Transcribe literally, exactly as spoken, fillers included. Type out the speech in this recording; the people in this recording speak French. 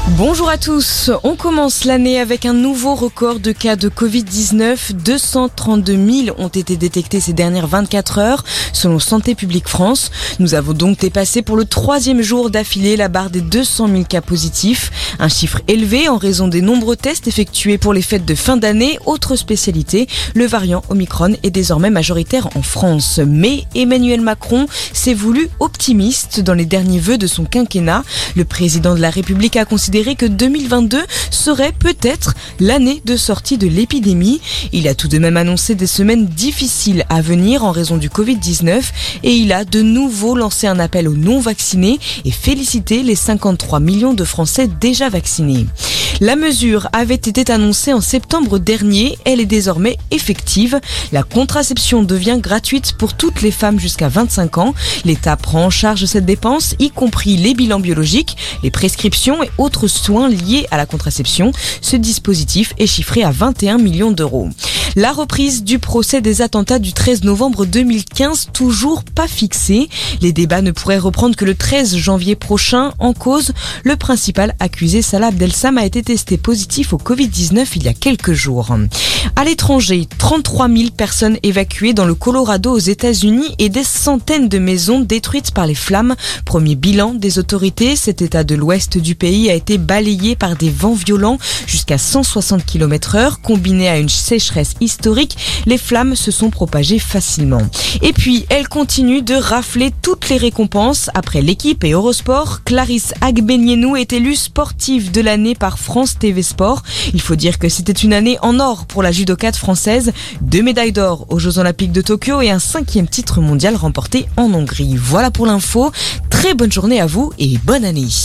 Bonjour à tous, on commence l'année avec un nouveau record de cas de covid dix-neuf. deux cent trente-deux mille ont été détectés ces dernières vingt-quatre heures, selon Santé publique France. Nous avons donc dépassé pour le troisième jour d'affilée la barre des deux cent mille cas positifs. Un chiffre élevé en raison des nombreux tests effectués pour les fêtes de fin d'année. Autre spécialité, le variant Omicron est désormais majoritaire en France. Mais Emmanuel Macron s'est voulu optimiste dans les derniers vœux de son quinquennat. Le président de la République a considéré que deux mille vingt-deux serait peut-être l'année de sortie de l'épidémie. Il a tout de même annoncé des semaines difficiles à venir en raison du covid dix-neuf et il a de nouveau lancé un appel aux non-vaccinés et félicité les cinquante-trois millions de Français déjà vaccinés. La mesure avait été annoncée en septembre dernier, elle est désormais effective. La contraception devient gratuite pour toutes les femmes jusqu'à vingt-cinq ans. L'État prend en charge cette dépense, y compris les bilans biologiques, les prescriptions et autres soins liés à la contraception. Ce dispositif est chiffré à vingt et un millions d'euros. La reprise du procès des attentats du treize novembre deux mille quinze, toujours pas fixée. Les débats ne pourraient reprendre que le treize janvier prochain. En cause, le principal accusé, Salah Abdeslam, a été testé positif au covid dix-neuf il y a quelques jours. À l'étranger, trente-trois mille personnes évacuées dans le Colorado aux États-Unis et des centaines de maisons détruites par les flammes. Premier bilan des autorités, cet état de l'ouest du pays a été balayé par des vents violents jusqu'à cent soixante kilomètres heure. Combiné à une sécheresse historique, les flammes se sont propagées facilement. Et puis, elle continue de rafler toutes les récompenses. Après l'équipe et Eurosport, Clarisse Agbenienou est élue sportive de l'année par France T V Sport. Il faut dire que c'était une année en or pour la judokate française. Deux médailles d'or aux Jeux Olympiques de Tokyo et un cinquième titre mondial remporté en Hongrie. Voilà pour l'info. Très bonne journée à vous et bonne année.